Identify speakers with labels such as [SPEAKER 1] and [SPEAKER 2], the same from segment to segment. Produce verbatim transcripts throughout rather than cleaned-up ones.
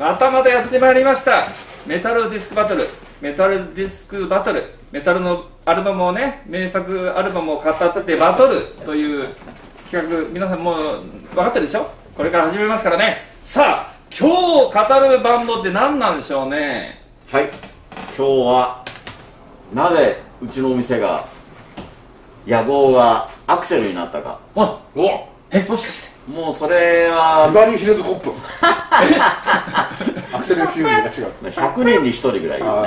[SPEAKER 1] またまたやってまいりました。メタルディスクバトル。メタルディスクバトル。メタルのアルバムをね、名作アルバムを語ってバトルという企画、皆さんもう分かってるでしょ。これから始めますからね。さあ、今日語るバンドって何なんでしょうね。
[SPEAKER 2] はい、今日はなぜうちのお店が野号がアクセルになったか。
[SPEAKER 1] あ、おえ、もしかして
[SPEAKER 2] もうそれは
[SPEAKER 3] ビバリーヒルズコップアクセルフューリーが違う。
[SPEAKER 2] ひゃくにんにひとりぐらいいるね。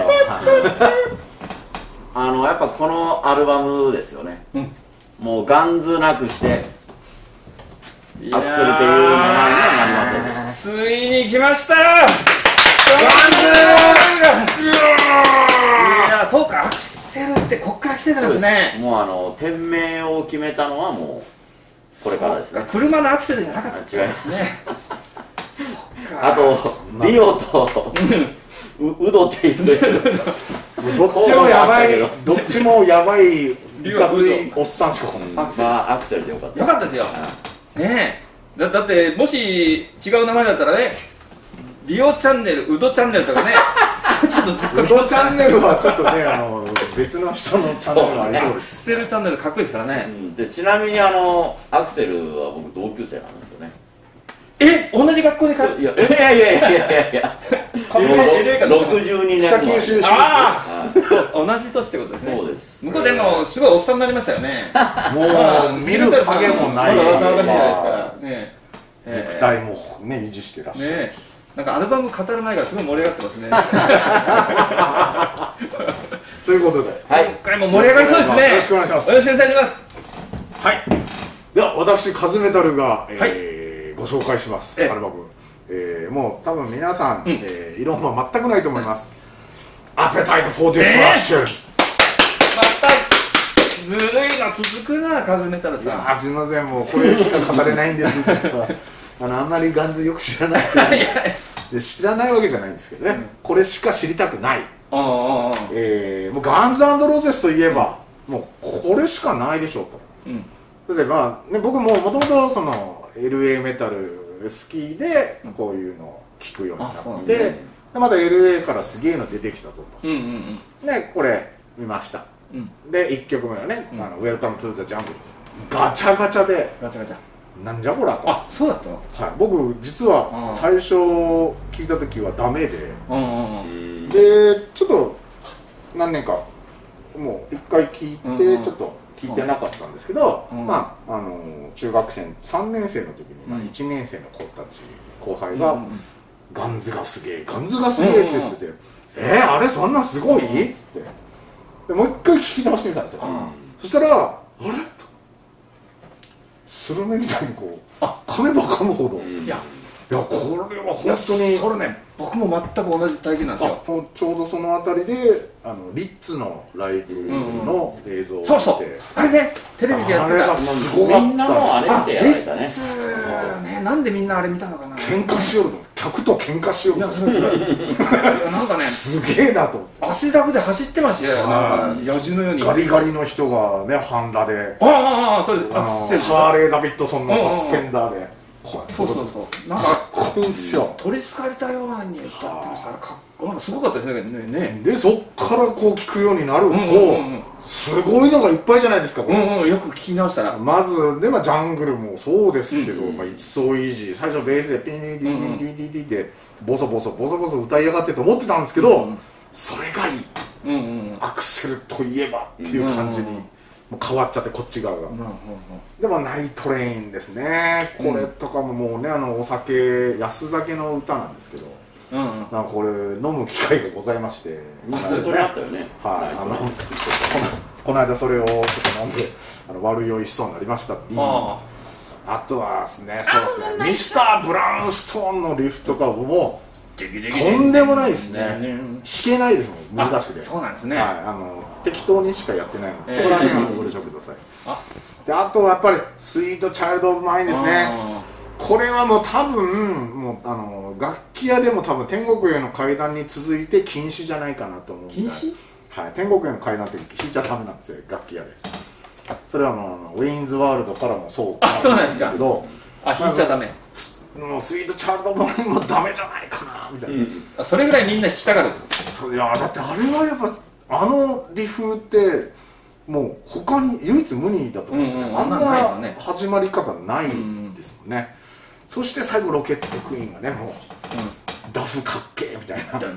[SPEAKER 2] あのやっぱこのアルバムですよね、うん、もうガンズなくしてアクセルという名前にはなりませんでした。
[SPEAKER 1] ついに来ましたガンズ。いや、そうか、アクセルってこっから来てたんですね。
[SPEAKER 2] もうあの店名を決めたのはもうこれからですね。
[SPEAKER 1] 車のアクセルじゃなかった。
[SPEAKER 2] 違いますねあとディオとウドっていう
[SPEAKER 3] どっちもやばい、どっちもやばいいかついおっさんしか来ない。
[SPEAKER 2] まあアクセルでよかった
[SPEAKER 1] よかったですよね。えだ、だってもし違う名前だったらね、リオチャンネル、ウドチャンネルとかねちょっとずっと
[SPEAKER 3] ウドチャンネルはちょっとね、あの別の人のチャンネルもありそうです。
[SPEAKER 1] アクセルチャンネルかっこいいですからね、
[SPEAKER 2] うん、でちなみにあのアクセルは僕同級生なんですよね。
[SPEAKER 1] え、同じ学校でか
[SPEAKER 2] いやいやいやいやいやいやろくじゅうにねん
[SPEAKER 3] 北九州市立。
[SPEAKER 1] ああ、そう、同じ年ってことですね。
[SPEAKER 2] そうです。
[SPEAKER 1] 向こうでもすごいおっさんになりましたよね。
[SPEAKER 3] もう見る影もない。
[SPEAKER 1] まだ若々しいじゃないですかね。
[SPEAKER 3] ネクタイもね維持してらっしゃる。
[SPEAKER 1] なんかアルバム語る前からすごい盛り上がってますね。
[SPEAKER 3] ということで、
[SPEAKER 1] はい、今回も盛り上がりそうですね。
[SPEAKER 3] よろしくお願いします。
[SPEAKER 1] よろしくお願いします。
[SPEAKER 3] はい。では私カズメタルがご紹介します。アルバム。えー、もう多分皆さん、うん、えー、異論は全くないと思います。アペタイト・フォー・ディストラクション。
[SPEAKER 1] またずるいな、続くな、カズメタルさん。
[SPEAKER 3] あ、すいません、もうこれしか語れないんです実は。あのあんまりガンズよく知らないで知らないわけじゃないんですけどね、うん、これしか知りたくない。えー、もうガンズ&ローゼスといえば、うん、もうこれしかないでしょうと。うん、例えば、ね、僕ももともとその エルエー メタル好きでこういうのを聞くようになって、うん、でまた エルエー からすげえの出てきたぞと。でこれ見ました、うん、でいっきょくめはね、うん、あの Welcome to the Jungle ガチャガチャで
[SPEAKER 1] ガチャガチャ
[SPEAKER 3] なんじゃこらと。
[SPEAKER 1] あ、そうだったの。
[SPEAKER 3] はい、僕実は最初聞いた時はダメで、でちょっと何年かもう一回聞いてちょっと聞いてなかったんですけど、まああの中学生さんねん生の時に、まあ、いちねん生の子たち後輩が「ガンズがすげえガンズがすげえ」って言ってて「えー、あれそんなすごい?」っつってでもう一回聞き直してみたんですよ。そしたら「あれ?」とスルメみたいにこう噛めば噛むほど、いやいやこれは本当に
[SPEAKER 1] これね、僕も全く同じ体験なんですよ。
[SPEAKER 3] ちょうどそのあたりであのリッツのライブの映像を見て、
[SPEAKER 1] そうそう、あれね、テレビでやってた。
[SPEAKER 3] あれがすごかった。
[SPEAKER 2] みんなもあれ見てやられたね。
[SPEAKER 1] リッツね、なんでみんなあれ見たのかな。
[SPEAKER 3] 喧嘩しよるの、客と喧嘩しよるの。
[SPEAKER 1] いや、それなんかね、
[SPEAKER 3] すげえなと。
[SPEAKER 1] 汗だくで走ってましたよ。なんか野獣のように。
[SPEAKER 3] ガリガリの人がね、半裸で、
[SPEAKER 1] ああああ、それ
[SPEAKER 3] ハーレー・ダビッドソンのサスペンダーで。
[SPEAKER 1] そうそうそう、
[SPEAKER 3] なんかかっこいいんですよ。
[SPEAKER 1] 取りつかれたように歌ってましたから、かっこなんかすごかったですね。
[SPEAKER 3] でそっからこう聞くようになるとすごいのがいっぱいじゃないですか。
[SPEAKER 1] うんうん、よく聞き直したら
[SPEAKER 3] まずでまあジャングルもそうですけど、まあIt's So Easy最初ベースでピンリリリリリリってボソボソボソボソ歌いやがってと思ってたんですけど、それがいい。アクセルといえばっていう感じにもう変わっちゃって、こっち側が。でもナイトレインですね。これとかももうね、あのお酒安酒の歌なんですけど、なんかこれ飲む機会がございまして、
[SPEAKER 2] 本当にあったよね。
[SPEAKER 3] はい、あのこの間それをちょっと飲んであの悪酔いしそうになりましたり、あとはですね、そうですね、ミスターブラウンストーンのリフとかもとんでもないですね。弾けないですもん、難しくて。
[SPEAKER 1] そうなんですね。
[SPEAKER 3] はい、あの適当にしかやってないので、そこら辺はご了承ください。で、あとはやっぱりスイートチャイルドオブマインですね。これはもう多分もうあの楽器屋でも多分天国への階段に続いて禁止じゃないかなと思うんで。
[SPEAKER 1] 禁止？
[SPEAKER 3] はい、天国への階段って弾いちゃダメなんですよ、楽器屋で。それはあのウェインズワールドからもそう
[SPEAKER 1] なんですけ
[SPEAKER 3] ど、
[SPEAKER 1] あ、弾いちゃダメ。
[SPEAKER 3] もうスイートチャイルドオブマインもダメじゃないかなーンみたいな、うん、
[SPEAKER 1] あそれぐらいみんな弾きたがる。
[SPEAKER 3] そういやだってあれはやっぱあのリフってもう他に唯一無二だと思うんですよね、うんうん、あんな始まり方ないですもんね、うん、そして最後ロケットクイーンがねもう、うん、ダフかっけーみたいな、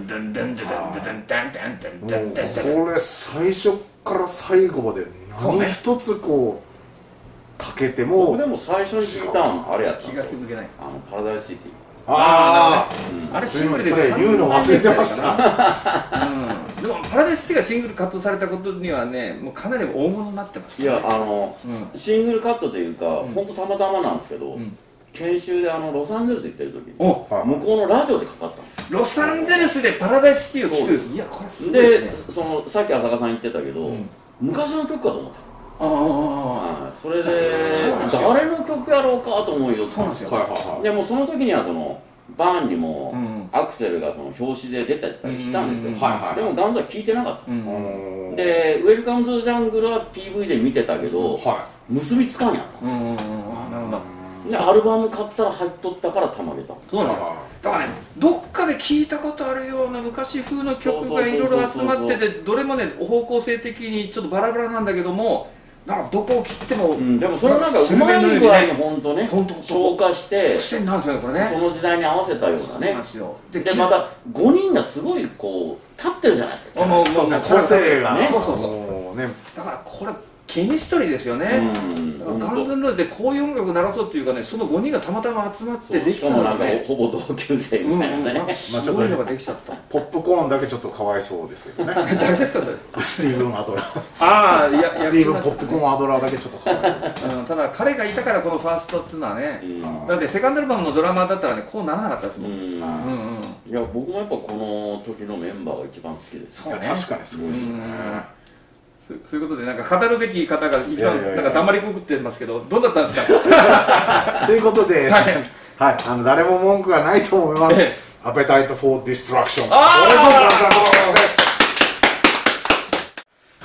[SPEAKER 3] もうこれ最初から最後まで何一つこうかけても、
[SPEAKER 2] 僕でも最初に聞いたのあれやったんですよ、あのパラダイスシティ。
[SPEAKER 1] ああ、あれシングルで
[SPEAKER 3] 言うの忘れてました。
[SPEAKER 1] でもパラダイスシティがシングルカットされたことにはね、もうかなり大物になってました。
[SPEAKER 2] いや、あのシングルカットというか本当たまたまなんですけど、研修であのロサンゼルス行ってる時に向こうのラジオでかかったんですよ。
[SPEAKER 1] ロサンゼルスでパラダイスシティを聴く。いや、これすごいですね。
[SPEAKER 2] で、そのさっき浅香さん言ってたけど、昔の曲かと思った。ああ、それで誰の曲やろうかと思うよ。そうなんですよ。でもその時にはそのバーンにもアクセルがその表紙で出たりしたんですよ。でもガンズは聴いてなかった。で、ウェルカム・トゥ・ジャングルは ピーブイ で見てたけど結びつかんやったんですよ。なるほど。でアルバム買ったら入っとったからたまげた。
[SPEAKER 1] そうなんだからね、どっかで聞いたことあるような昔風の曲がいろいろ集まってて、どれもね方向性的にちょっとバラバラなんだけども、なんかどこを切っても、うん、
[SPEAKER 2] でもそれなんかうまい具合に本当ね消化してその時代に合わせたようなね。でまたごにんがすごいこう立ってるじゃないですか。
[SPEAKER 3] もう個性がね。
[SPEAKER 1] そうそうそう。だからこれケミストリーですよね。ガンズンローズでこういう音楽鳴らそうっていうかね、そのごにんがたまたま集まってできたのがね、
[SPEAKER 2] ほぼ同級生みたいなね。
[SPEAKER 1] すごいのができちゃった。
[SPEAKER 3] ポップコーンだけちょっとかわいそうですけどね。
[SPEAKER 1] 誰ですかそれ？
[SPEAKER 3] スティーブン・アドラー。
[SPEAKER 1] ああ、いや、
[SPEAKER 3] スティーブン・ポップコーン・アドラーだけちょっとかわいそうです。
[SPEAKER 1] ただ彼がいたからこのファーストっていうのはね、だってセカンドアルバムのドラマーだったらね、こうならなかったですもん。い
[SPEAKER 2] や、僕もやっぱこの時のメンバーが一番好きです。
[SPEAKER 3] 確かにすごいですよね。
[SPEAKER 1] そういうことで、なんか語るべき方が一番なんか黙りこくってますけど、どうだったんですか？
[SPEAKER 3] ということで、はい、あの誰も文句がないと思います。アペタイト・フォー・ディストラクション。はい、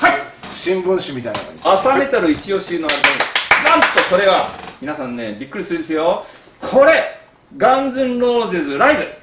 [SPEAKER 3] 新聞紙みたい
[SPEAKER 1] な。朝メタル一押しのアルバム。なんとそれは皆さんね、びっくりするんですよ。これガンズンローゼズライブね。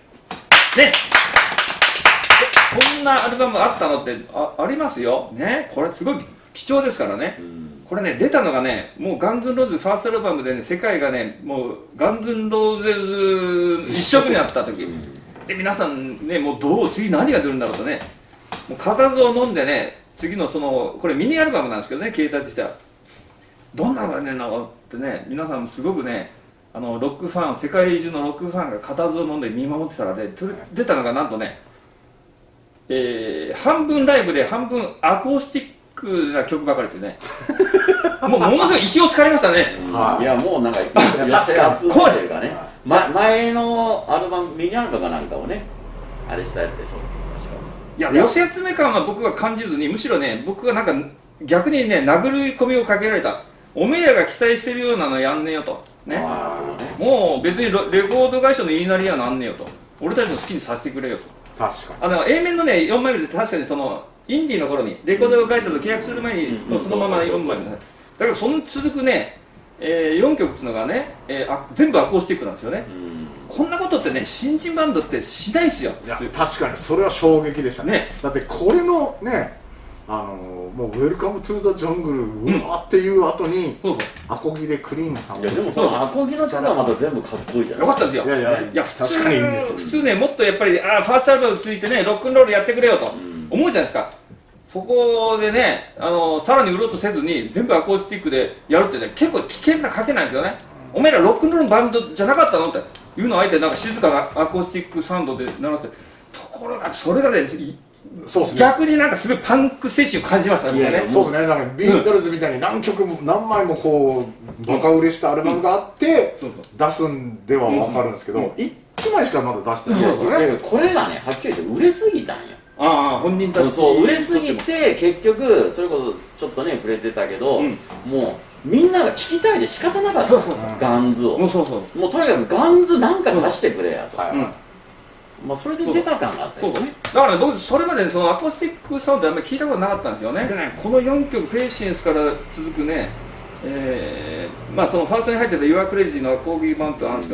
[SPEAKER 1] こんなアルバムあったのって あ, ありますよね。これすごい貴重ですからね、うん、これね出たのがねもうガンズンローゼズファーストアルバムでね世界がねもうガンズンローゼズ一色になった時、うん、で皆さんねもうどう次何が出るんだろうとねもう固唾を飲んでね次のそのこれミニアルバムなんですけどね携帯としてはどんなのがねなのってね皆さんすごくねあのロックファン世界中のロックファンが固唾を飲んで見守ってたらね出たのがなんとねえー、半分ライブで半分アコースティックな曲ばかりでねもうものすごい意表をつかれましたね、
[SPEAKER 2] うん、いやもうなんか寄せ集めというかね、ま、前のアルバムミニアルバムかなんかをねあれしたやつでしょ確か
[SPEAKER 1] いや寄せ集め感は僕は感じずにむしろね僕はなんか逆にね殴り込みをかけられたおめえらが期待してるようなのやんねえよとねもう別にレコード会社の言いなりやなんねえよと俺たちの好きにさせてくれよと
[SPEAKER 3] 確かに
[SPEAKER 1] あの A 面のねよんまいめで確かにそのインディーの頃にレコード会社と契約する前にのそのままよんまいめだけどその続くね、えー、よんきょくっていうのがね、えー、あ全部アコースティックなんですよねこんなことってね新人バンドってしないですよ
[SPEAKER 3] いや確かにそれは衝撃でした ね, ねだってこれのねあのもう「ウェルカム・トゥ・ザ・ジャングル」うわっていう後に、うん、アコギでクリーンさん
[SPEAKER 2] いやでもそのアコギの曲はまた全部かっこいいじゃない
[SPEAKER 1] よかったですよ
[SPEAKER 3] いやいやいや確かにいいんですよ
[SPEAKER 1] 普通ねもっとやっぱりあファーストアルバムついてねロックンロールやってくれよと思うじゃないですか、うん、そこでねあのさらに売ろうとせずに全部アコースティックでやるってね結構危険な賭けなんですよね、うん、おめえらロックンロールのバンドじゃなかったのっていうのをあえてなんか静かなアコースティックサウンドで鳴らしてところがそれがねそうですね、逆になんかすごいパンク精神を感じましたね。
[SPEAKER 3] そうですね。なんかビートルズみたいに何曲も何枚もこうバカ売れしたアルバムがあって出すんでは分かるんですけど、いちまいしかまだ出してないですよ
[SPEAKER 2] ね。これがね、はっきり言って売れすぎたんよ。
[SPEAKER 1] ああ、本人たち
[SPEAKER 2] そう売れすぎて結局それこそちょっとね触れてたけど、もうみんなが聴きたいで仕方なかった。ガンズを。もうそうそう。もうとにかくガンズなんか出してくれやと。まあそれで出た感があったんですね。
[SPEAKER 1] だからね僕それまでそのアコースティックサウンドあんまり聞いたことなかったんですよね。でねこのよんきょくペーシェンスから続くね、えー、まあそのファーストに入ってた「ユアクレイジー」のアコーギー版ってあるんですけどね、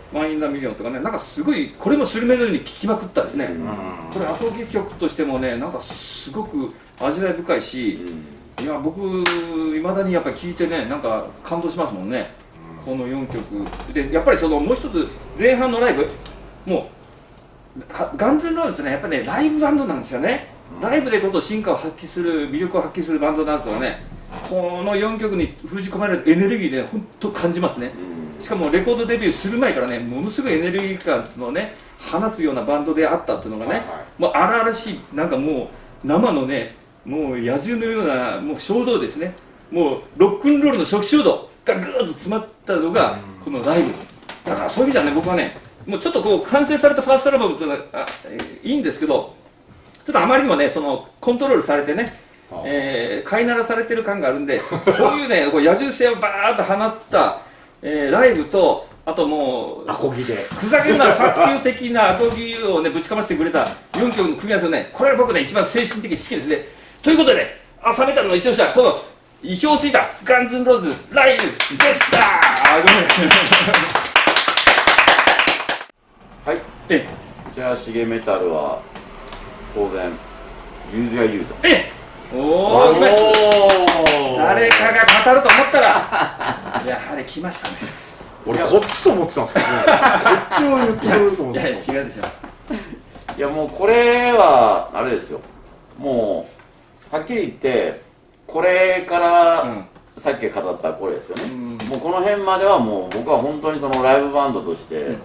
[SPEAKER 1] ワンインザミリオンとかね、なんかすごいこれもスルメのように聴きまくったですね、うん、これアコギ曲としてもねなんかすごく味わい深いし、うん、いや僕いまだにやっぱり聴いてねなんか感動しますもんね、うん、このよんきょくでやっぱりそのもう一つ前半のライブもうガンズ・ローズってねやっぱりねライブバンドなんですよね、うん、ライブでこそ進化を発揮する魅力を発揮するバンドだとはねこのよんきょくに封じ込められるエネルギーで本当感じますね、うん、しかもレコードデビューする前からねものすごいエネルギー感のね放つようなバンドであったっていうのがね、はいはい、もう荒々しいなんかもう生のねもう野獣のようなもう衝動ですね、もうロックンロールの初期衝動がぐーっと詰まったのがこのライブだからそういう意味じゃね僕はねもうちょっとこう完成されたファーストアルバムっていうのはあいいんですけどちょっとあまりにもねそのコントロールされてねえー、飼いならされてる感があるんでそういうねこう野獣性をバーッと放った、えー、ライブとあともう
[SPEAKER 3] アコギで
[SPEAKER 1] ふざけんな卓球的なアコギをねぶちかましてくれたよんきょくの組み合わせをねこれは僕ね一番精神的に好きですねということでね朝メタルの一押しはこの意表をついたガンズンローズライブでしたあごめん
[SPEAKER 2] はいえじゃあシゲメタルは当然ユーズが言うと
[SPEAKER 1] えおお誰かが語ると思ったらやはり来ましたね
[SPEAKER 3] 俺こっちと思ってたんですけどこっちを言ってくれると思ってた
[SPEAKER 1] いやいや違うでしょ
[SPEAKER 2] いやもうこれはあれですよもうはっきり言ってこれから、うん、さっき語ったこれですよね、うん、もうこの辺まではもう僕は本当にそのライブバンドとして、うん、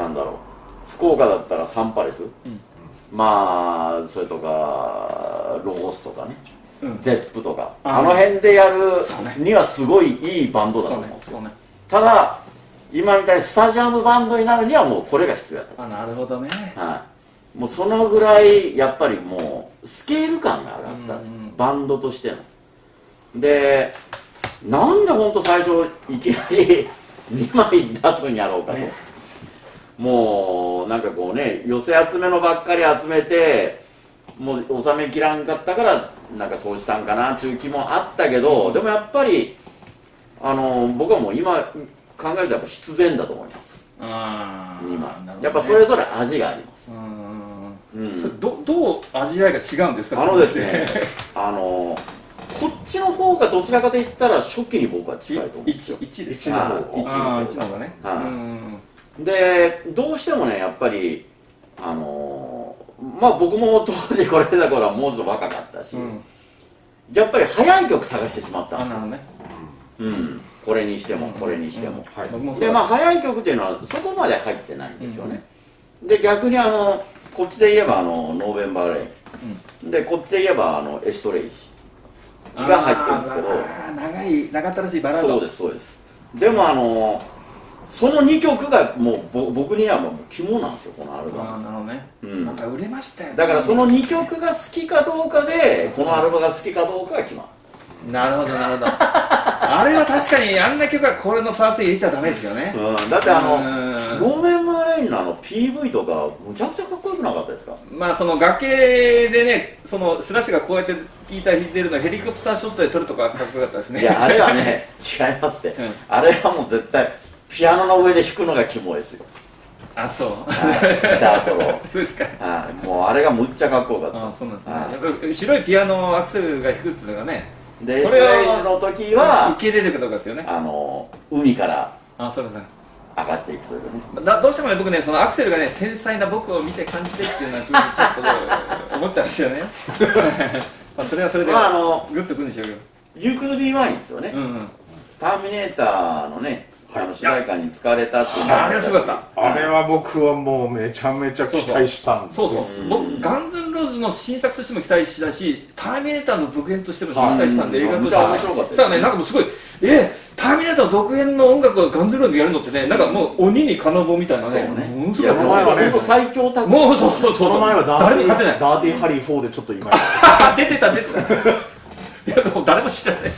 [SPEAKER 2] なんだろう福岡だったらサンパレス、うんまあそれとかロゴスとかね、うん、ゼップとか あ, あの辺でやるにはすごいいいバンドだと思うんですよ、ねね、ただ今みたいにスタジアムバンドになるにはもうこれが必要だった
[SPEAKER 1] あなるほどね、
[SPEAKER 2] はい、もうそのぐらいやっぱりもうスケール感が上がったんです、うんうん、バンドとしてのでなんで本当最初いきなりにまい出すんやろうかと、ねもうなんかこうね寄せ集めのばっかり集めてもう収めきらんかったからなんかそうしたんかなっていう気もあったけどでもやっぱりあの僕はもう今考えるとやっぱ必然だと思いますあにまい、ね、やっぱそれぞれ味があります
[SPEAKER 1] うん、それ ど, どう味わいが違うんですか
[SPEAKER 2] あのですねあのこっちの方がどちらかといったら初期に僕は近いと思うんですよ
[SPEAKER 1] いちですかいちの方がね
[SPEAKER 2] でどうしてもねやっぱりあのー、まあ僕も当時これだからもうちょっと若かったし、うん、やっぱり早い曲探してしまったんですよ、ねうん、これにしてもこれにしても、うんうんはい、でまあ早い曲っていうのはそこまで入ってないんですよね、うん、で逆にあのこっちで言えばあのノーベンバーレイン、うん、でこっちで言えばあのエストレイジが入ってるんですけど
[SPEAKER 1] 長い長ったらしいバラード
[SPEAKER 2] そうですそうですでもあのそのにきょくがもうぼ僕にはもう肝なんですよこのアルバム
[SPEAKER 1] ああなるほどね、うん、なんか売れましたよね
[SPEAKER 2] だからそのにきょくが好きかどうかでこのアルバムが好きかどうかが決まる
[SPEAKER 1] なるほどなるほどあれは確かにあんな曲はこれのファースト入れちゃダメですよね、
[SPEAKER 2] うん、だってあのゴーメンマーレインのあの ピーブイ とかむちゃくちゃかっこよくなかったですか
[SPEAKER 1] まあその崖でねそのスラッシュがこうやってギター弾いてるのをヘリコプターショットで撮るとかかっこよかったですね
[SPEAKER 2] いやあれはね違いますって、うん、あれはもう絶対ピアノの上で弾くのが肝ですよ
[SPEAKER 1] あそう、
[SPEAKER 2] はい、ギターソロ
[SPEAKER 1] そうですか、
[SPEAKER 2] はい、もうあれがむっちゃかっこよかった
[SPEAKER 1] あそうなんですね、はい、やっぱり白いピアノアクセルが弾くっていうのがね
[SPEAKER 2] でそれをの時は
[SPEAKER 1] 受け入れるかどうかですよね
[SPEAKER 2] あの海から
[SPEAKER 1] あそうかそう
[SPEAKER 2] 上がっていくというか
[SPEAKER 1] ねだどうしてもね僕ねそのアクセルがね繊細な僕を見て感じてっていうのはちょっと思っちゃうんですよねまあそれはそれでグッとくるんでしょうけど
[SPEAKER 2] You Could Be Mineですよね、うんうん、ターミネーターのねあの主題歌に使われたっていうの
[SPEAKER 1] はあれはすごかった
[SPEAKER 3] あれは僕はもうめちゃめちゃ期待したんです
[SPEAKER 1] そうそうそう僕ガンズンローズの新作としても期待したしターミネーターの続編としても期待したんで映画としては面白かったですねなんかもうすごいえターミネーターの続編の音楽をガンズンローズでやるのってねなんかもう鬼に金棒みたいなね
[SPEAKER 2] ものすごいこの前はね最強タッグ
[SPEAKER 1] もうそうそうそう
[SPEAKER 3] その前はダーティーダーティーハリーフォーでちょっと今
[SPEAKER 1] 出てた出てたいやでも誰も知らない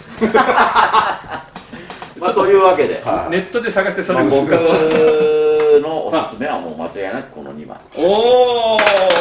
[SPEAKER 2] まあというわけで、
[SPEAKER 1] はい、ネットで探してそれを
[SPEAKER 2] 僕のおすすめはもう間違いなくこのにまい
[SPEAKER 1] おお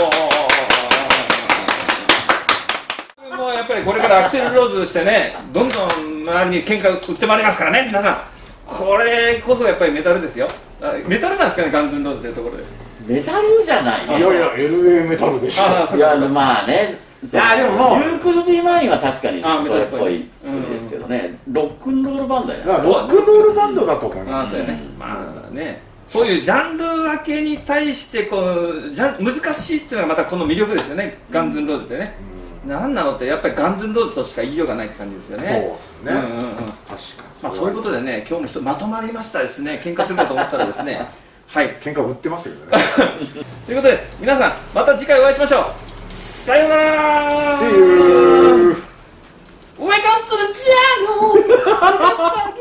[SPEAKER 1] もうやっぱりこれからアクセルローズしてねどんどん周りに喧嘩売ってまいりますからね皆さんこれこそやっぱりメタルですよ。メタルなんですかね、ガンズンローズというところで。
[SPEAKER 2] メタルじゃないね。
[SPEAKER 3] いやいや エルエー メタルでしょ。
[SPEAKER 2] いやまあね、
[SPEAKER 3] いやでも
[SPEAKER 2] ユークル・ビー・マインは確かにそれっぽい作りですけどね、ロックンロールバンドやな。
[SPEAKER 3] ロックンロールバンドだと思います。
[SPEAKER 1] そうやね。まあね、そういうジャンル分けに対してこのジャン難しいっていうのがまたこの魅力ですよね、ガンズンローズでね。何なのってやっぱりガンズンローズとしか言いようがないって感じですよね。
[SPEAKER 3] そうですね。確かに。
[SPEAKER 1] まあそういうことでね、今日も一つまとまりましたですね。喧嘩するかと思ったらですね。はい。
[SPEAKER 3] 喧嘩売ってましたけどね。
[SPEAKER 1] ということで皆さんまた次回お会いしましょう。さようなら。
[SPEAKER 3] See you.
[SPEAKER 2] Welcome to the jungle.